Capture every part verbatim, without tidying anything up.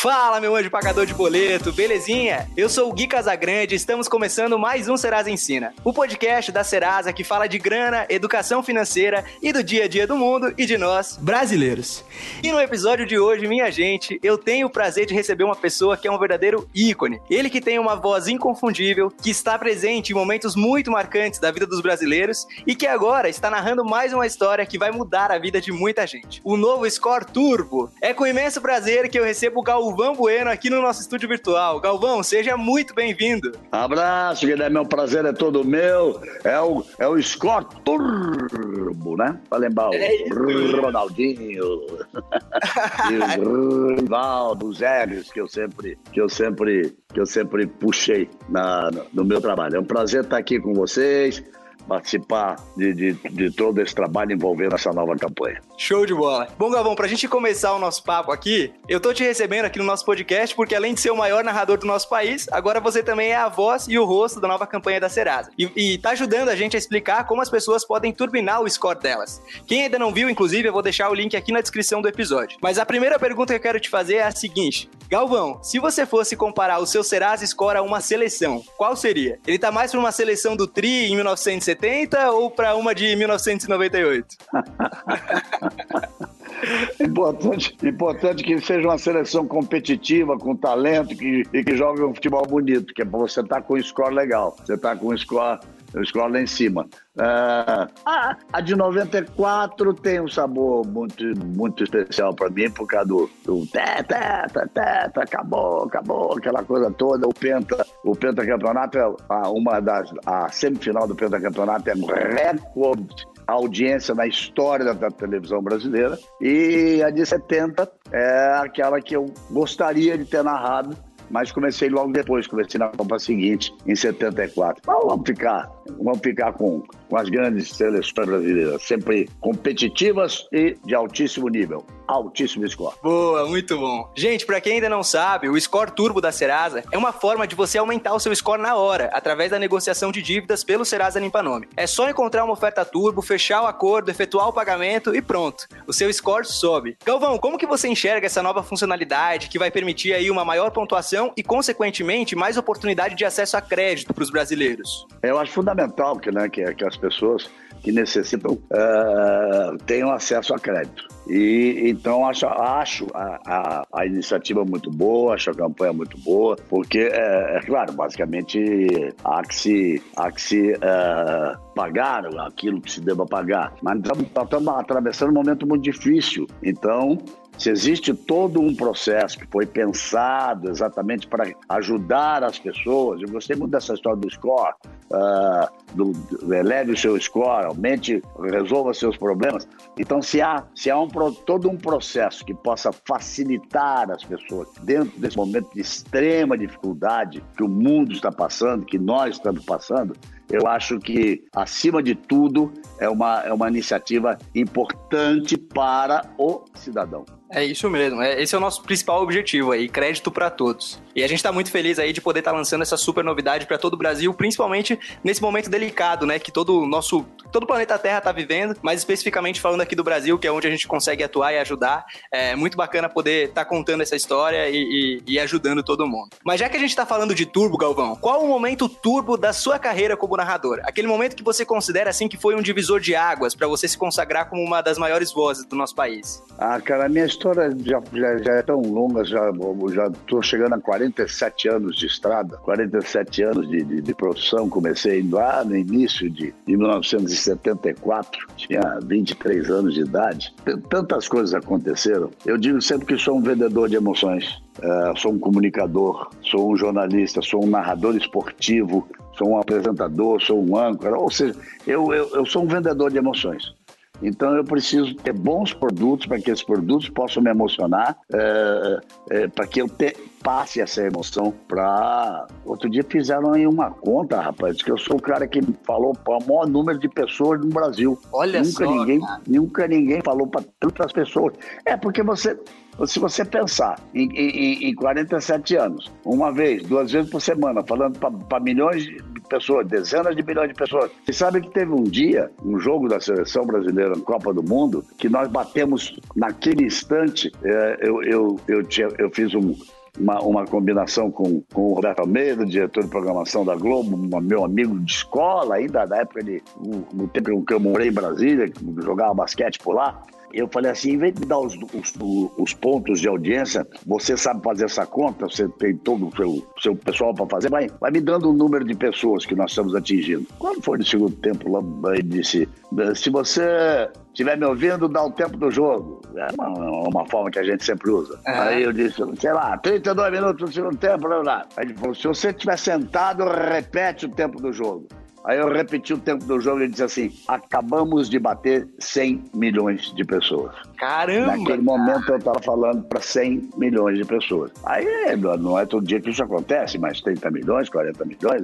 Fala, meu anjo pagador de boleto, belezinha? Eu sou o Gui Casagrande e estamos começando mais um Serasa Ensina, o podcast da Serasa que fala de grana, educação financeira e do dia a dia do mundo e de nós, brasileiros. E no episódio de hoje, minha gente, eu tenho o prazer de receber uma pessoa que é um verdadeiro ícone. Ele que tem uma voz inconfundível, que está presente em momentos muito marcantes da vida dos brasileiros e que agora está narrando mais uma história que vai mudar a vida de muita gente. O novo Score Turbo. É com imenso prazer que eu recebo o Galvão Bueno aqui no nosso estúdio virtual. Galvão, seja muito bem-vindo. Abraço, Guilherme, meu prazer é todo meu. É o, é o Score Turbo, né? Pra lembrar é o Ronaldinho e o Rivaldo, os Helios que eu sempre, que eu sempre, que eu sempre puxei na, no meu trabalho. É um prazer estar aqui com vocês, participar de, de, de todo esse trabalho envolvendo essa nova campanha. Show de bola. Bom, Galvão, pra gente começar o nosso papo aqui, eu tô te recebendo aqui no nosso podcast porque além de ser o maior narrador do nosso país, agora você também é a voz e o rosto da nova campanha da Serasa. E, e tá ajudando a gente a explicar como as pessoas podem turbinar o score delas. Quem ainda não viu, inclusive, eu vou deixar o link aqui na descrição do episódio. Mas a primeira pergunta que eu quero te fazer é a seguinte. Galvão, se você fosse comparar o seu Serasa Score a uma seleção, qual seria? Ele tá mais pra uma seleção do Tri em mil novecentos e setenta ou pra uma de mil novecentos e noventa e oito? Importante, importante que seja uma seleção competitiva, com talento que, e que jogue um futebol bonito, que é pra você estar com um score legal, você tá com um score, um score lá em cima. Uh, a, a de noventa e quatro tem um sabor muito, muito especial para mim, por causa do, do teta, teta, teta, acabou, acabou, aquela coisa toda. O Penta, o pentacampeonato é a, uma das, a semifinal do pentacampeonato é um recorde a audiência na história da, da televisão brasileira, e a de setenta é aquela que eu gostaria de ter narrado, mas comecei logo depois, comecei na Copa seguinte, em setenta e quatro. Mas vamos ficar, vamos ficar com, com as grandes seleções brasileiras, sempre competitivas e de altíssimo nível, altíssimo score. Boa, muito bom. Gente, pra quem ainda não sabe, o Score Turbo da Serasa é uma forma de você aumentar o seu score na hora, através da negociação de dívidas pelo Serasa Limpa Nome. É só encontrar uma oferta turbo, fechar o acordo, efetuar o pagamento e pronto. O seu score sobe. Galvão, como que você enxerga essa nova funcionalidade que vai permitir aí uma maior pontuação e, consequentemente, mais oportunidade de acesso a crédito para os brasileiros? Eu acho fundamental que, né, que, que as pessoas que necessitam uh, tenham acesso a crédito. E então acho, acho a, a, a iniciativa muito boa, acho a campanha muito boa, porque, é, é claro, basicamente há que se, há que se uh, pagar aquilo que se deva pagar. Mas estamos atravessando um momento muito difícil, então se existe todo um processo que foi pensado exatamente para ajudar as pessoas, eu gostei muito dessa história do score, uh, do, do, eleve o seu score, aumente, resolva seus problemas. Então, se há, se há um, todo um processo que possa facilitar as pessoas dentro desse momento de extrema dificuldade que o mundo está passando, que nós estamos passando, eu acho que, acima de tudo, é uma, é uma iniciativa importante para o cidadão. É isso mesmo, é, esse é o nosso principal objetivo aí, crédito para todos. E a gente tá muito feliz aí de poder estar tá lançando essa super novidade para todo o Brasil, principalmente nesse momento delicado, né, que todo o nosso, todo o planeta Terra tá vivendo, mas especificamente falando aqui do Brasil, que é onde a gente consegue atuar e ajudar. É muito bacana poder estar tá contando essa história e, e, e ajudando todo mundo. Mas já que a gente tá falando de turbo, Galvão, qual o momento turbo da sua carreira como narrador? Aquele momento que você considera assim que foi um divisor de águas para você se consagrar como uma das maiores vozes do nosso país? Ah, cara, a minha história já, já, já é tão longa, já estou chegando a quarenta e sete anos de estrada, quarenta e sete anos de, de, de profissão. Comecei lá no início de, de mil novecentos e setenta e quatro, tinha vinte e três anos de idade. Tantas coisas aconteceram. Eu digo sempre que sou um vendedor de emoções. Uh, sou um comunicador, sou um jornalista, sou um narrador esportivo, sou um apresentador, sou um âncora, ou seja, eu, eu, eu sou um vendedor de emoções. Então eu preciso ter bons produtos para que esses produtos possam me emocionar, é, é, para que eu te, passe essa emoção para... Outro dia fizeram aí uma conta, rapaz, que eu sou o cara que falou para o maior número de pessoas no Brasil. Olha nunca só, ninguém, cara. Nunca ninguém falou para tantas pessoas. É porque você... Se você pensar em, em, em quarenta e sete anos, uma vez, duas vezes por semana, falando para milhões de pessoas, dezenas de milhões de pessoas, você sabe que teve um dia, um jogo da seleção brasileira brasileiro na Copa do Mundo, que nós batemos naquele instante. É, eu, eu, eu, tinha, eu fiz um, uma, uma combinação com, com o Roberto Almeida, diretor de programação da Globo, um, meu amigo de escola, ainda da época de, no tempo que eu morei em Brasília, jogava basquete por lá. Eu falei assim, em vez de dar os, os, os pontos de audiência, você sabe fazer essa conta, você tem todo o seu, seu pessoal para fazer, vai, vai me dando o número de pessoas que nós estamos atingindo. Quando foi no segundo tempo, lá, ele disse, se você estiver me ouvindo, dá o tempo do jogo. É uma, uma forma que a gente sempre usa. É. Aí eu disse, sei lá, trinta e dois minutos no segundo tempo, blá, blá. Aí ele falou, se você estiver sentado, repete o tempo do jogo. Aí eu repeti o tempo do jogo e ele disse assim, acabamos de bater cem milhões de pessoas. Caramba! Naquele momento eu estava falando para cem milhões de pessoas. Aí não é todo dia que isso acontece, mas trinta milhões, quarenta milhões,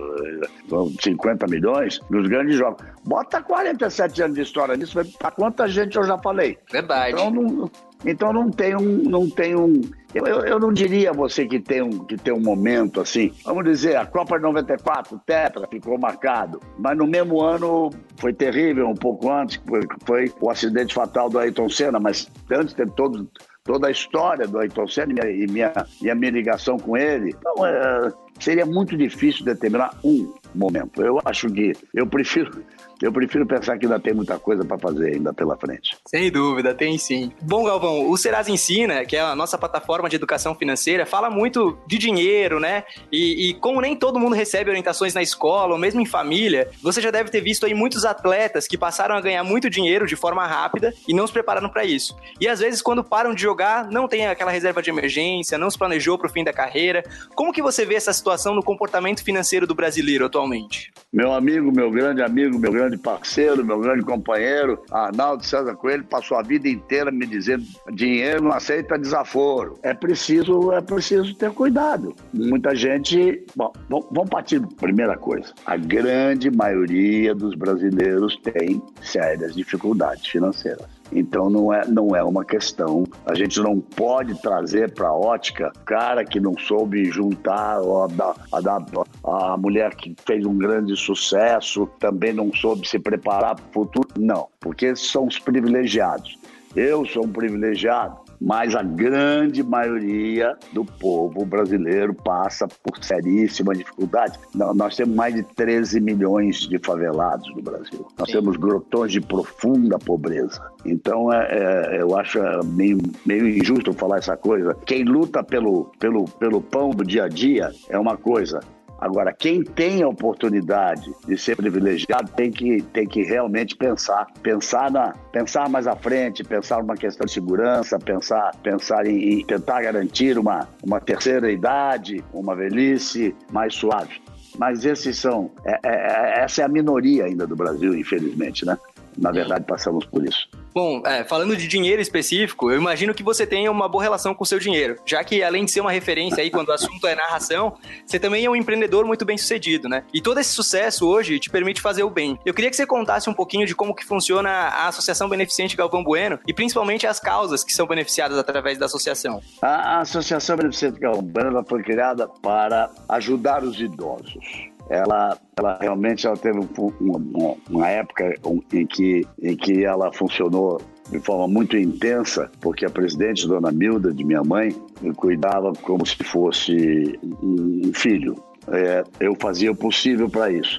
cinquenta milhões nos grandes jogos. Bota quarenta e sete anos de história nisso, para quanta gente eu já falei. Verdade. Então não, então não tem um... Não tem um eu, eu, eu não diria a você que tem, um, que tem um momento assim. Vamos dizer, a Copa de noventa e quatro, o Tetra, ficou marcado. Mas no mesmo ano foi terrível, um pouco antes, foi, foi o acidente fatal do Ayrton Senna, mas antes teve todo, toda a história do Ayrton Senna e minha, e minha, e a minha ligação com ele. Então, é, seria muito difícil determinar um momento. Eu acho que eu prefiro... Eu prefiro pensar que ainda tem muita coisa para fazer ainda pela frente. Sem dúvida, tem sim. Bom, Galvão, o Serasa Ensina, que é a nossa plataforma de educação financeira, fala muito de dinheiro, né? E, e como nem todo mundo recebe orientações na escola ou mesmo em família, você já deve ter visto aí muitos atletas que passaram a ganhar muito dinheiro de forma rápida e não se prepararam para isso. E às vezes, quando param de jogar, não tem aquela reserva de emergência, não se planejou para o fim da carreira. Como que você vê essa situação no comportamento financeiro do brasileiro atualmente? Meu amigo, meu grande amigo, meu grande parceiro, meu grande companheiro, Arnaldo César Coelho, passou a vida inteira me dizendo dinheiro não aceita desaforo. É preciso, é preciso ter cuidado. Muita gente... Bom, vamos partir da primeira coisa. A grande maioria dos brasileiros tem sérias dificuldades financeiras. Então não é, não é uma questão, a gente não pode trazer para a ótica cara que não soube juntar, a, a, a mulher que fez um grande sucesso, também não soube se preparar para o futuro. Não, porque são os privilegiados. Eu sou um privilegiado, mas a grande maioria do povo brasileiro passa por seríssima dificuldade. Nós temos mais de treze milhões de favelados no Brasil. Nós Sim. temos grotões de profunda pobreza. Então, é, é, eu acho meio, meio injusto falar essa coisa. Quem luta pelo, pelo, pelo pão do dia a dia é uma coisa. Agora, quem tem a oportunidade de ser privilegiado tem que, tem que realmente pensar, pensar, na, pensar mais à frente, pensar numa questão de segurança, pensar, pensar em, em tentar garantir uma, uma terceira idade, uma velhice mais suave. Mas esses são, é, é, essa é a minoria ainda do Brasil, infelizmente, né? Na verdade, passamos por isso. Bom, é, falando de dinheiro específico, eu imagino que você tenha uma boa relação com o seu dinheiro, já que além de ser uma referência aí quando o assunto é narração, você também é um empreendedor muito bem sucedido, né? E todo esse sucesso hoje te permite fazer o bem. Eu queria que você contasse um pouquinho de como que funciona a Associação Beneficente Galvão Bueno e principalmente as causas que são beneficiadas através da associação. A Associação Beneficente Galvão Bueno ela foi criada para ajudar os idosos. Ela, ela realmente ela teve uma, uma época em que, em que ela funcionou de forma muito intensa, porque a presidente, Dona Milda, de minha mãe, me cuidava como se fosse um filho. É, eu fazia o possível para isso.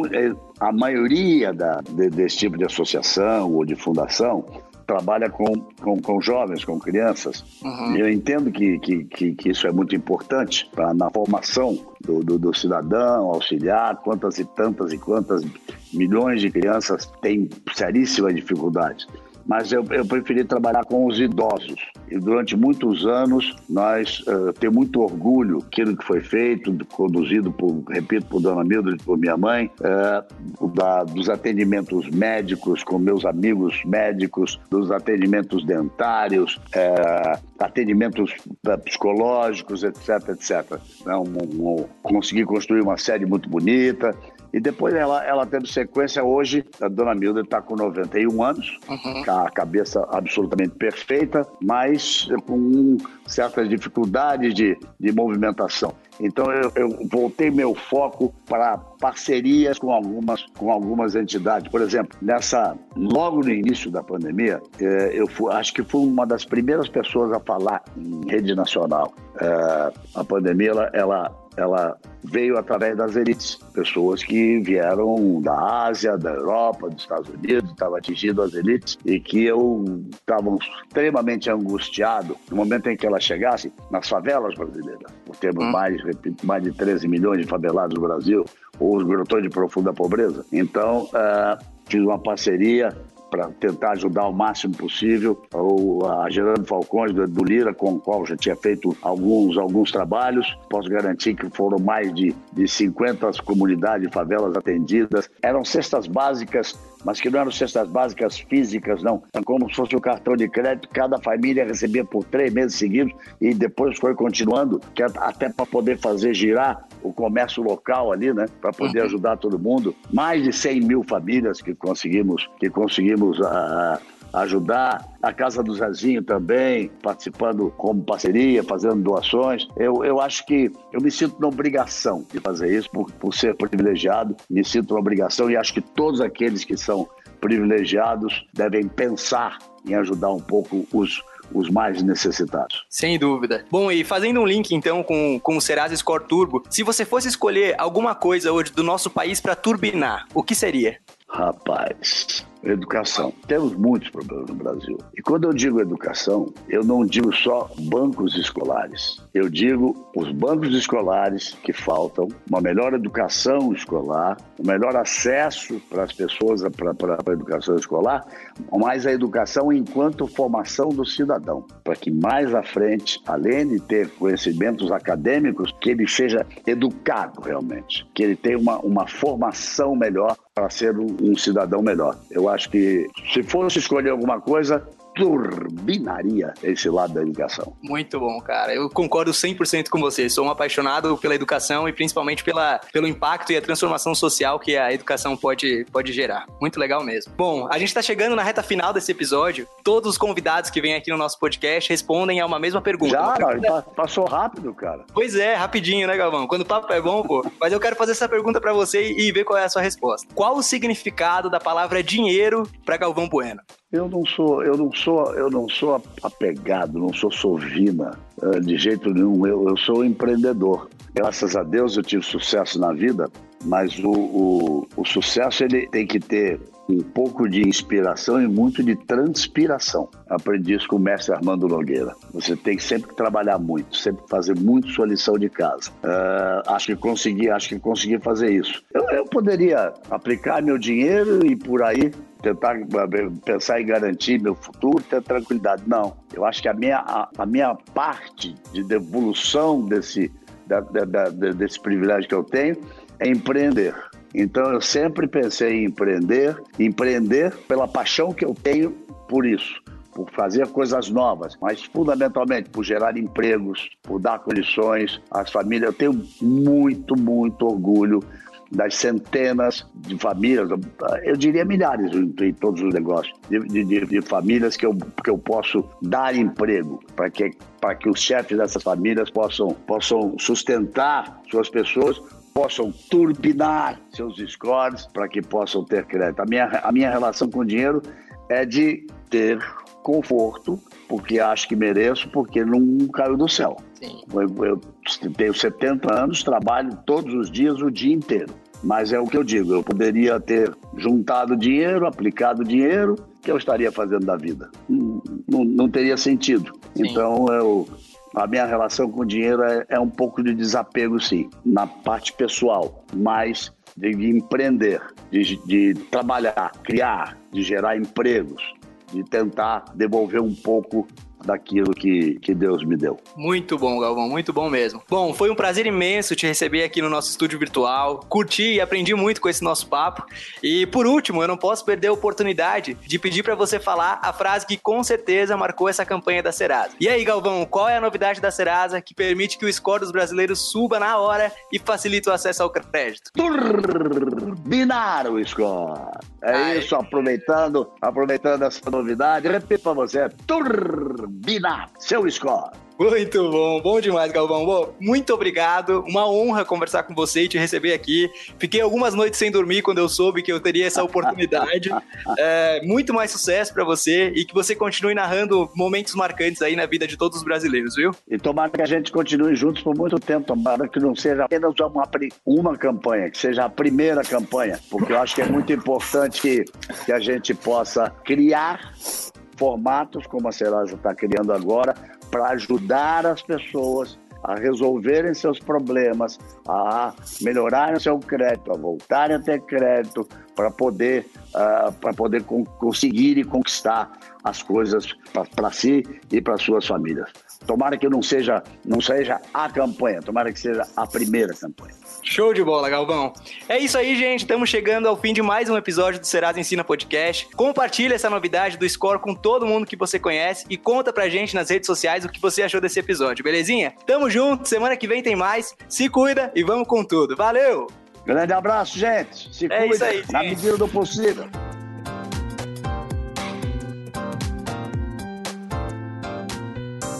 A maioria da, de, desse tipo de associação ou de fundação trabalha com, com, com jovens, com crianças. Uhum. Eu entendo que, que, que, que isso é muito importante pra, na formação do, do, do cidadão, auxiliar, quantas e tantas e quantas milhões de crianças têm seríssimas dificuldades. Mas eu, eu preferi trabalhar com os idosos. E durante muitos anos, nós uh, temos muito orgulho daquilo que foi feito, conduzido, por, repito, por Dona Mildred, por minha mãe, uh, da, dos atendimentos médicos com meus amigos médicos, dos atendimentos dentários, uh, atendimentos psicológicos, etc, etcétera. Um, um, um, consegui construir uma série muito bonita. E depois ela, ela teve sequência. Hoje, a dona Mildred está com noventa e um anos, uhum. com a cabeça absolutamente perfeita, mas com certas dificuldades de, de movimentação. Então eu, eu voltei meu foco para parcerias com algumas, com algumas entidades. Por exemplo, nessa, logo no início da pandemia, eh, eu fui, acho que fui uma das primeiras pessoas a falar em rede nacional. Eh, a pandemia, ela, ela, ela veio através das elites, pessoas que vieram da Ásia, da Europa, dos Estados Unidos, estavam atingindo as elites e que eu estava extremamente angustiado no momento em que ela chegasse nas favelas brasileiras. Temos hum. mais, mais de treze milhões de favelados no Brasil, ou os grotões de profunda pobreza. Então, uh, fiz uma parceria para tentar ajudar o máximo possível o, a Gerando Falcões, do, do Lira, com o qual já tinha feito alguns, alguns trabalhos. Posso garantir que foram mais de, de cinquenta comunidades de favelas atendidas. Eram cestas básicas, mas que não eram cestas básicas físicas, não. Era como se fosse um cartão de crédito, cada família recebia por três meses seguidos e depois foi continuando, que até para poder fazer girar o comércio local ali, né? Para poder uhum. ajudar todo mundo. Mais de cem mil famílias que conseguimos, que conseguimos a, a ajudar. A Casa do Zezinho também, participando como parceria, fazendo doações. Eu, eu acho que eu me sinto na obrigação de fazer isso, por, por ser privilegiado, me sinto na obrigação e acho que todos aqueles que são privilegiados devem pensar em ajudar um pouco os os mais necessitados. Sem dúvida. Bom, e fazendo um link então com, com o Serasa Score Turbo, se você fosse escolher alguma coisa hoje do nosso país para turbinar, o que seria? Rapaz, educação. Temos muitos problemas no Brasil. E quando eu digo educação, eu não digo só bancos escolares. Eu digo os bancos escolares que faltam, uma melhor educação escolar, um melhor acesso para as pessoas para a educação escolar, mas a educação enquanto formação do cidadão, para que mais à frente, além de ter conhecimentos acadêmicos, que ele seja educado realmente, que ele tenha uma, uma formação melhor para ser um, um cidadão melhor. Eu acho que se fosse escolher alguma coisa, turbinaria esse lado da educação. Muito bom, cara. Eu concordo cem por cento com você. Sou um apaixonado pela educação e principalmente pela, pelo impacto e a transformação social que a educação pode, pode gerar. Muito legal mesmo. Bom, a gente está chegando na reta final desse episódio. Todos os convidados que vêm aqui no nosso podcast respondem a uma mesma pergunta. Já, pergunta... passou rápido, cara. Pois é, rapidinho, né, Galvão? Quando o papo é bom, pô. Mas eu quero fazer essa pergunta para você e ver qual é a sua resposta. Qual o significado da palavra dinheiro para Galvão Bueno? Eu não sou, eu não sou, eu não sou apegado, não sou sovina de jeito nenhum. Eu, eu sou empreendedor. Graças a Deus eu tive sucesso na vida, mas o, o, o sucesso ele tem que ter um pouco de inspiração e muito de transpiração. Aprendi isso com o mestre Armando Nogueira. Você tem que sempre trabalhar muito, sempre fazer muito sua lição de casa. Uh, acho que consegui, acho que consegui fazer isso. Eu, eu poderia aplicar meu dinheiro e por aí tentar pensar em garantir meu futuro, ter tranquilidade. Não, eu acho que a minha, a, a minha parte de devolução desse, da, da, da, desse privilégio que eu tenho é empreender. Então eu sempre pensei em empreender, empreender pela paixão que eu tenho por isso, por fazer coisas novas, mas fundamentalmente por gerar empregos, por dar condições às famílias. Eu tenho muito, muito orgulho das centenas de famílias, eu diria milhares em, em todos os negócios, de, de, de famílias que eu, que eu posso dar emprego para que, para que os chefes dessas famílias possam, possam sustentar suas pessoas, possam turbinar seus scores para que possam ter crédito. A minha, a minha relação com o dinheiro é de ter conforto, porque acho que mereço, porque não caiu do céu. Sim. Eu, eu tenho setenta anos, trabalho todos os dias, o dia inteiro. Mas é o que eu digo, eu poderia ter juntado dinheiro, aplicado dinheiro, que eu estaria fazendo da vida. Não, não, não teria sentido. Sim. Então, eu, a minha relação com o dinheiro é, é um pouco de desapego, sim, na parte pessoal, mas de, de empreender, de, de trabalhar, criar, de gerar empregos, de tentar devolver um pouco daquilo que, que Deus me deu. Muito bom, Galvão, muito bom mesmo. Bom, foi um prazer imenso te receber aqui no nosso estúdio virtual. Curti e aprendi muito com esse nosso papo. E por último, eu não posso perder a oportunidade de pedir para você falar a frase que com certeza marcou essa campanha da Serasa. E aí, Galvão, qual é a novidade da Serasa que permite que o score dos brasileiros suba na hora e facilita o acesso ao crédito? Turbinar o score. É Ai. isso, aproveitando, aproveitando essa novidade, repito para você, turbinar seu score. Muito bom, bom demais, Galvão. Bom, muito obrigado, uma honra conversar com você e te receber aqui. Fiquei algumas noites sem dormir quando eu soube que eu teria essa oportunidade. É, muito mais sucesso pra você e que você continue narrando momentos marcantes aí na vida de todos os brasileiros, viu? E tomara que a gente continue juntos por muito tempo, tomara que não seja apenas uma, uma campanha, que seja a primeira campanha, porque eu acho que é muito importante que, que a gente possa criar formatos como a Serasa está criando agora, para ajudar as pessoas a resolverem seus problemas, a melhorarem seu crédito, a voltarem a ter crédito, para poder, uh, para poder con- conseguir e conquistar as coisas para si e para suas famílias. Tomara que não seja, não seja a campanha, tomara que seja a primeira campanha. Show de bola, Galvão. É isso aí, gente. Estamos chegando ao fim de mais um episódio do Serasa Ensina Podcast. Compartilha essa novidade do Score com todo mundo que você conhece e conta pra gente nas redes sociais o que você achou desse episódio, belezinha? Tamo junto, semana que vem tem mais. Se cuida e vamos com tudo. Valeu! Grande abraço, gente. Se é cuida, isso aí, na gente. medida do possível.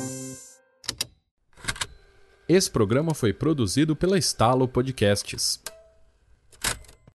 Esse programa foi produzido pela Estalo Podcasts.